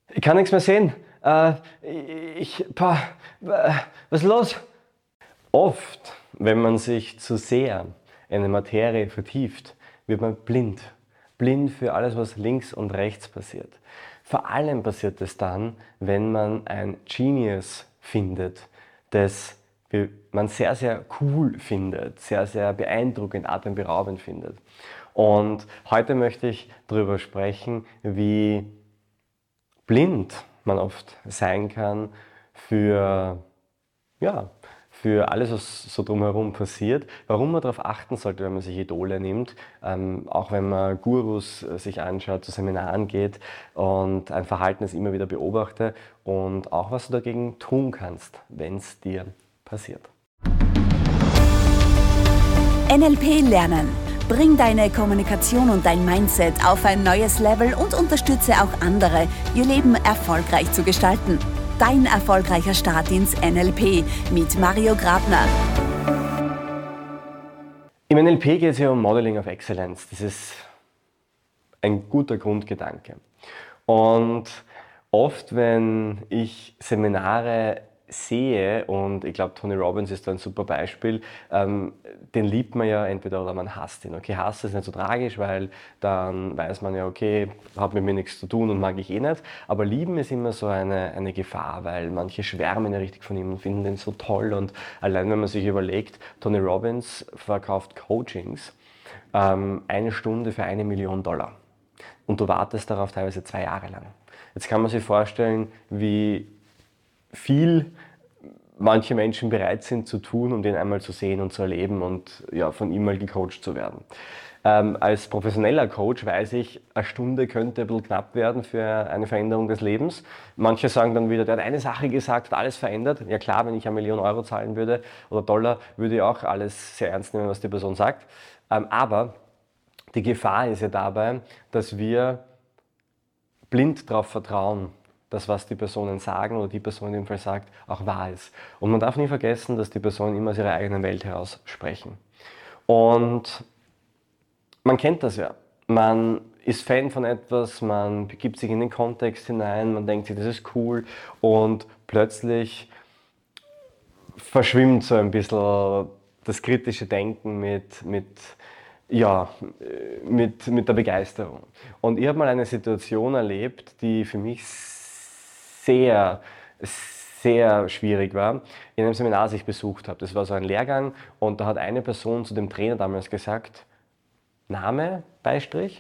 Ich kann nichts mehr sehen. Was ist los? Oft, wenn man sich zu sehr in eine Materie vertieft, wird man blind. Blind für alles, was links und rechts passiert. Vor allem passiert es dann, wenn man ein Genius findet, das man sehr, sehr cool findet, sehr, sehr beeindruckend, atemberaubend findet. Und heute möchte ich darüber sprechen, wie blind man oft sein kann für, ja, für alles, was so drumherum passiert, warum man darauf achten sollte, wenn man sich Idole nimmt, auch wenn man Gurus sich anschaut, zu Seminaren geht und ein Verhalten das immer wieder beobachte und auch was du dagegen tun kannst, wenn es dir passiert. NLP lernen. Bring deine Kommunikation und dein Mindset auf ein neues Level und unterstütze auch andere, ihr Leben erfolgreich zu gestalten. Dein erfolgreicher Start ins NLP mit Mario Grabner. Im NLP geht es ja um Modeling of Excellence. Das ist ein guter Grundgedanke. Und oft, wenn ich Seminare sehe, und ich glaube, Tony Robbins ist da ein super Beispiel, den liebt man ja entweder oder man hasst ihn. Okay, Hass ist nicht so tragisch, weil dann weiß man ja, okay, hat mit mir nichts zu tun und mag ich eh nicht. Aber lieben ist immer so eine Gefahr, weil manche schwärmen ja richtig von ihm und finden den so toll. Und allein wenn man sich überlegt, Tony Robbins verkauft Coachings, 1 Stunde für $1 Million. Und du wartest darauf teilweise 2 Jahre lang. Jetzt kann man sich vorstellen, wie viel manche Menschen bereit sind zu tun, um den einmal zu sehen und zu erleben und ja, von ihm mal gecoacht zu werden. Als professioneller Coach weiß ich, 1 Stunde könnte ein bisschen knapp werden für eine Veränderung des Lebens. Manche sagen dann wieder, der hat eine Sache gesagt, hat alles verändert. Ja klar, wenn ich 1 Million Euro zahlen würde oder Dollar, würde ich auch alles sehr ernst nehmen, was die Person sagt. Aber die Gefahr ist ja dabei, dass wir blind darauf vertrauen, dass was die Personen sagen oder die Person in dem Fall sagt, auch wahr ist. Und man darf nie vergessen, dass die Personen immer aus ihrer eigenen Welt heraus sprechen. Und man kennt das ja. Man ist Fan von etwas, man begibt sich in den Kontext hinein, man denkt sich, das ist cool und plötzlich verschwimmt so ein bisschen das kritische Denken mit der Begeisterung. Und ich habe mal eine Situation erlebt, die für mich sehr, sehr schwierig war, in einem Seminar, das ich besucht habe. Das war so ein Lehrgang und da hat eine Person zu dem Trainer damals gesagt, Name, Beistrich,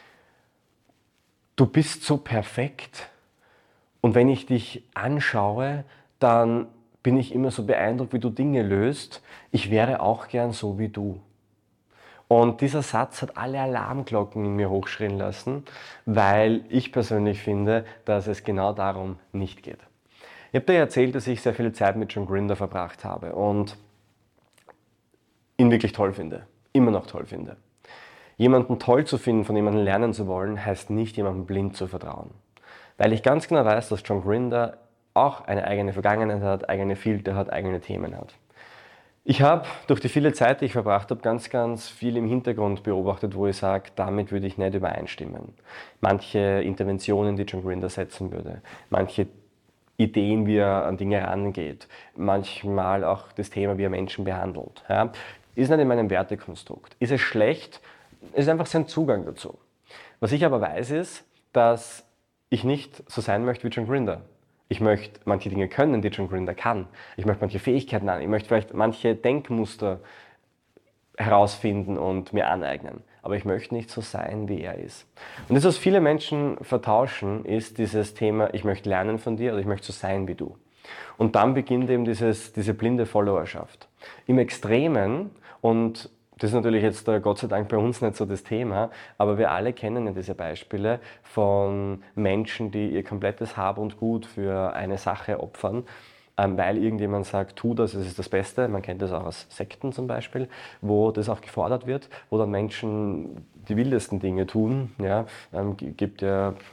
du bist so perfekt und wenn ich dich anschaue, dann bin ich immer so beeindruckt, wie du Dinge löst. Ich wäre auch gern so wie du. Und dieser Satz hat alle Alarmglocken in mir hochschreien lassen, weil ich persönlich finde, dass es genau darum nicht geht. Ich habe dir erzählt, dass ich sehr viel Zeit mit John Grinder verbracht habe und ihn wirklich toll finde, immer noch toll finde. Jemanden toll zu finden, von jemandem lernen zu wollen, heißt nicht, jemandem blind zu vertrauen. Weil ich ganz genau weiß, dass John Grinder auch eine eigene Vergangenheit hat, eigene Filter hat, eigene Themen hat. Ich habe durch die viele Zeit, die ich verbracht habe, ganz, ganz viel im Hintergrund beobachtet, wo ich sage, damit würde ich nicht übereinstimmen. Manche Interventionen, die John Grinder setzen würde, manche Ideen, wie er an Dinge rangeht, manchmal auch das Thema, wie er Menschen behandelt. Ja, ist nicht in meinem Wertekonstrukt. Ist es schlecht? Ist einfach sein Zugang dazu. Was ich aber weiß ist, dass ich nicht so sein möchte wie John Grinder. Ich möchte manche Dinge können, die John Grinder kann. Ich möchte manche Fähigkeiten an. Ich möchte vielleicht manche Denkmuster herausfinden und mir aneignen. Aber ich möchte nicht so sein, wie er ist. Und das, was viele Menschen vertauschen, ist dieses Thema, ich möchte lernen von dir oder ich möchte so sein wie du. Und dann beginnt eben diese blinde Followerschaft. Im Extremen, und das ist natürlich jetzt Gott sei Dank bei uns nicht so das Thema, aber wir alle kennen ja diese Beispiele von Menschen, die ihr komplettes Hab und Gut für eine Sache opfern, weil irgendjemand sagt, tu das, es ist das Beste. Man kennt das auch aus Sekten zum Beispiel, wo das auch gefordert wird, wo dann Menschen die wildesten Dinge tun. Ja, gibt ja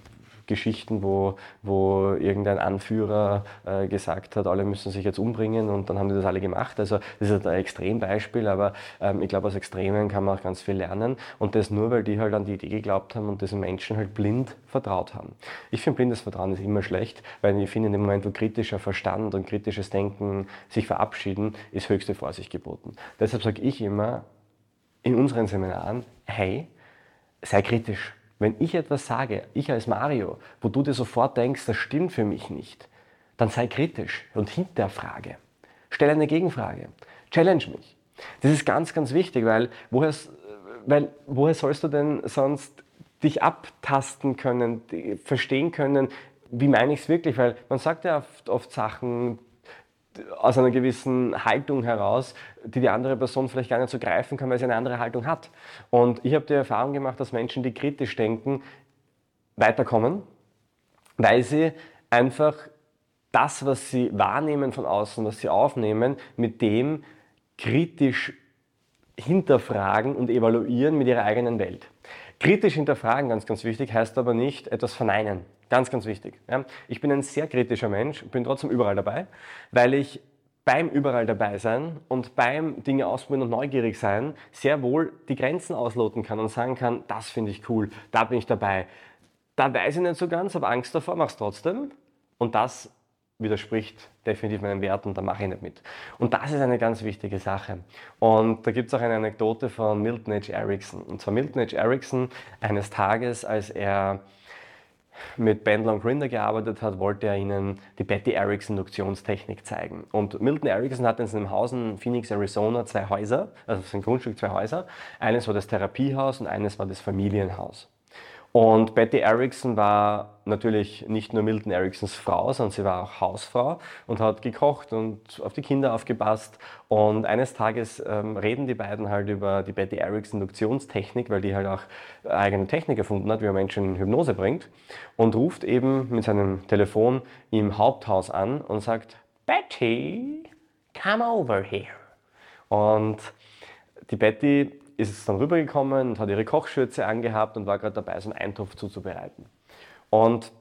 Geschichten, wo irgendein Anführer gesagt hat, alle müssen sich jetzt umbringen und dann haben die das alle gemacht. Also das ist ein Extrembeispiel, aber ich glaube, aus Extremen kann man auch ganz viel lernen und das nur, weil die halt an die Idee geglaubt haben und diesen Menschen halt blind vertraut haben. Ich finde, blindes Vertrauen ist immer schlecht, weil ich finde, in dem Moment, wo kritischer Verstand und kritisches Denken sich verabschieden, ist höchste Vorsicht geboten. Deshalb sage ich immer in unseren Seminaren, hey, sei kritisch. Wenn ich etwas sage, ich als Mario, wo du dir sofort denkst, das stimmt für mich nicht, dann sei kritisch und hinterfrage. Stell eine Gegenfrage. Challenge mich. Das ist ganz, ganz wichtig, weil woher sollst du denn sonst dich abtasten können, verstehen können, wie meine ich es wirklich? Weil man sagt ja oft Sachen aus einer gewissen Haltung heraus, die andere Person vielleicht gar nicht so greifen kann, weil sie eine andere Haltung hat. Und ich habe die Erfahrung gemacht, dass Menschen, die kritisch denken, weiterkommen, weil sie einfach das, was sie wahrnehmen von außen, was sie aufnehmen, mit dem kritisch hinterfragen und evaluieren mit ihrer eigenen Welt. Kritisch hinterfragen, ganz, ganz wichtig, heißt aber nicht etwas verneinen. Ganz, ganz wichtig. Ja. Ich bin ein sehr kritischer Mensch, bin trotzdem überall dabei, weil ich beim überall dabei sein und beim Dinge ausprobieren und neugierig sein sehr wohl die Grenzen ausloten kann und sagen kann, das finde ich cool, da bin ich dabei. Da weiß ich nicht so ganz, habe Angst davor, mache es trotzdem und das widerspricht definitiv meinen Werten und da mache ich nicht mit. Und das ist eine ganz wichtige Sache. Und da gibt es auch eine Anekdote von Milton H. Erickson. Und zwar Milton H. Erickson, eines Tages, als er mit Bandler und Grinder gearbeitet hat, wollte er ihnen die Patty Erickson Induktionstechnik zeigen. Und Milton Erickson hat in seinem Haus in Phoenix, Arizona 2 Häuser, also sein Grundstück 2 Häuser. Eines war das Therapiehaus und eines war das Familienhaus. Und Patty Erickson war natürlich nicht nur Milton Ericksons Frau, sondern sie war auch Hausfrau und hat gekocht und auf die Kinder aufgepasst. Und eines Tages reden die beiden halt über die Patty Erickson Induktionstechnik, weil die halt auch eigene Technik erfunden hat, wie man Menschen in Hypnose bringt. Und ruft eben mit seinem Telefon im Haupthaus an und sagt, Patty, come over here. Und die Patty ist dann rübergekommen und hat ihre Kochschürze angehabt und war gerade dabei, so einen Eintopf zuzubereiten. Und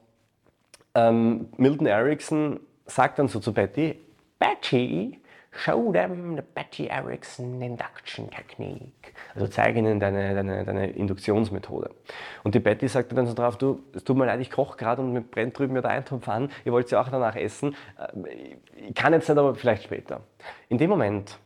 Milton Erickson sagt dann so zu Patty, Patty, show them the Patty Erickson Induction Technique. Also zeige ihnen deine Induktionsmethode. Und die Patty sagt dann so drauf, du, es tut mir leid, ich koche gerade und mir brennt drüben der Eintopf an, ihr wollt sie auch danach essen. Ich kann jetzt nicht, aber vielleicht später. In dem Moment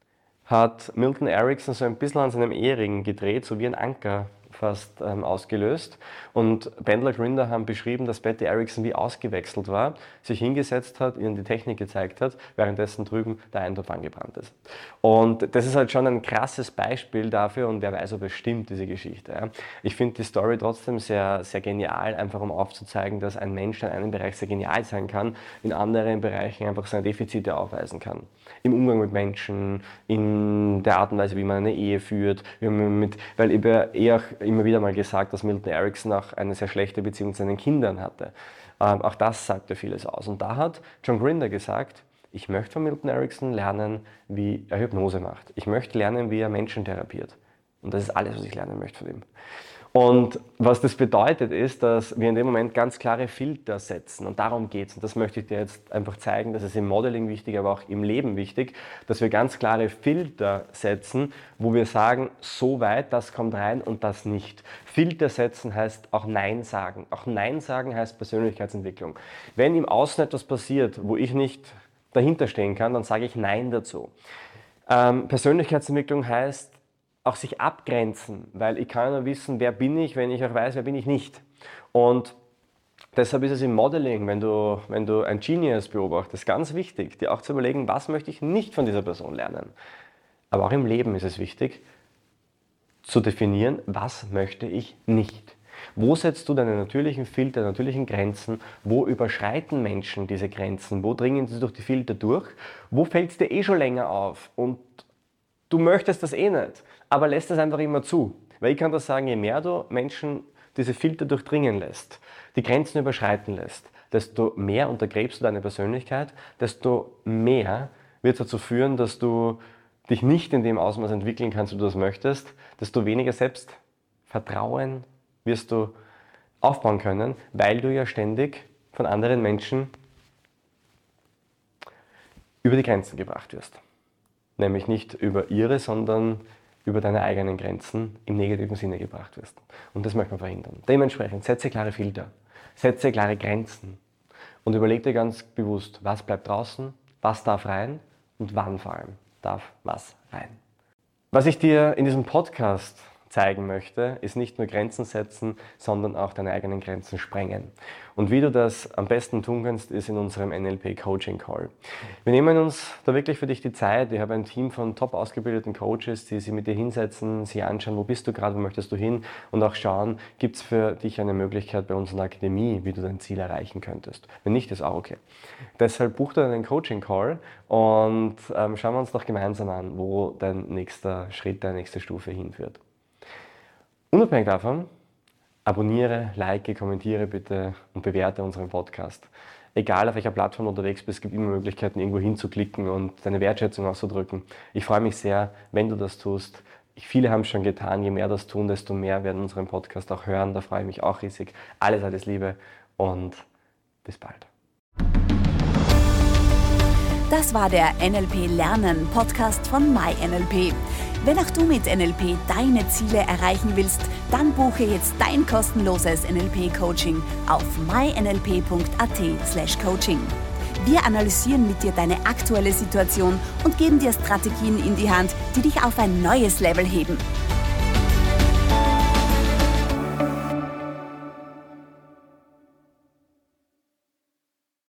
hat Milton Erickson so ein bisschen an seinem Ehering gedreht, so wie ein Anker fast ausgelöst. Und Bandler Grinder haben beschrieben, dass Patty Erickson wie ausgewechselt war, sich hingesetzt hat, ihnen die Technik gezeigt hat, währenddessen drüben der Eintopf angebrannt ist. Und das ist halt schon ein krasses Beispiel dafür und wer weiß, ob es stimmt, diese Geschichte. Ja. Ich finde die Story trotzdem sehr, sehr genial, einfach um aufzuzeigen, dass ein Mensch in einem Bereich sehr genial sein kann, in anderen Bereichen einfach seine Defizite aufweisen kann. Im Umgang mit Menschen, in der Art und Weise, wie man eine Ehe führt, weil ich habe immer wieder mal gesagt, dass Milton Erickson auch eine sehr schlechte Beziehung zu seinen Kindern hatte. Auch das sagte vieles aus. Und da hat John Grinder gesagt, ich möchte von Milton Erickson lernen, wie er Hypnose macht. Ich möchte lernen, wie er Menschen therapiert. Und das ist alles, was ich lernen möchte von ihm. Und was das bedeutet, ist, dass wir in dem Moment ganz klare Filter setzen. Und darum geht es. Und das möchte ich dir jetzt einfach zeigen. Das ist im Modeling wichtig, aber auch im Leben wichtig, dass wir ganz klare Filter setzen, wo wir sagen, so weit, das kommt rein und das nicht. Filter setzen heißt auch Nein sagen. Auch Nein sagen heißt Persönlichkeitsentwicklung. Wenn im Außen etwas passiert, wo ich nicht dahinter stehen kann, dann sage ich Nein dazu. Persönlichkeitsentwicklung heißt, auch sich abgrenzen, weil ich kann nur wissen, wer bin ich, wenn ich auch weiß, wer bin ich nicht. Und deshalb ist es im Modeling, wenn du ein Genius beobachtest, ganz wichtig, dir auch zu überlegen, was möchte ich nicht von dieser Person lernen. Aber auch im Leben ist es wichtig, zu definieren, was möchte ich nicht. Wo setzt du deine natürlichen Filter, natürlichen Grenzen? Wo überschreiten Menschen diese Grenzen? Wo dringen sie durch die Filter durch? Wo fällt es dir schon länger auf? Und du möchtest das nicht, aber lässt es einfach immer zu. Weil ich kann das sagen, je mehr du Menschen diese Filter durchdringen lässt, die Grenzen überschreiten lässt, desto mehr untergräbst du deine Persönlichkeit, desto mehr wird es dazu führen, dass du dich nicht in dem Ausmaß entwickeln kannst, wie du das möchtest, desto weniger Selbstvertrauen wirst du aufbauen können, weil du ja ständig von anderen Menschen über die Grenzen gebracht wirst. Nämlich nicht über ihre, sondern über deine eigenen Grenzen im negativen Sinne gebracht wirst. Und das möchte man verhindern. Dementsprechend setze klare Filter, setze klare Grenzen und überleg dir ganz bewusst, was bleibt draußen, was darf rein und wann vor allem darf was rein. Was ich dir in diesem Podcast zeigen möchte, ist nicht nur Grenzen setzen, sondern auch deine eigenen Grenzen sprengen. Und wie du das am besten tun kannst, ist in unserem NLP Coaching Call. Wir nehmen uns da wirklich für dich die Zeit. Ich habe ein Team von top ausgebildeten Coaches, die sich mit dir hinsetzen, sich anschauen, wo bist du gerade, wo möchtest du hin und auch schauen, gibt es für dich eine Möglichkeit bei uns in der Akademie, wie du dein Ziel erreichen könntest. Wenn nicht, ist auch okay. Deshalb buch dir einen Coaching Call und schauen wir uns doch gemeinsam an, wo dein nächster Schritt, deine nächste Stufe hinführt. Unabhängig davon, abonniere, like, kommentiere bitte und bewerte unseren Podcast. Egal auf welcher Plattform du unterwegs bist, es gibt immer Möglichkeiten, irgendwo hinzuklicken und deine Wertschätzung auszudrücken. Ich freue mich sehr, wenn du das tust. Viele haben es schon getan. Je mehr das tun, desto mehr werden unseren Podcast auch hören. Da freue ich mich auch riesig. Alles Liebe und bis bald. Das war der NLP Lernen Podcast von MyNLP. Wenn auch du mit NLP deine Ziele erreichen willst, dann buche jetzt dein kostenloses NLP-Coaching auf mynlp.at/coaching. Wir analysieren mit dir deine aktuelle Situation und geben dir Strategien in die Hand, die dich auf ein neues Level heben.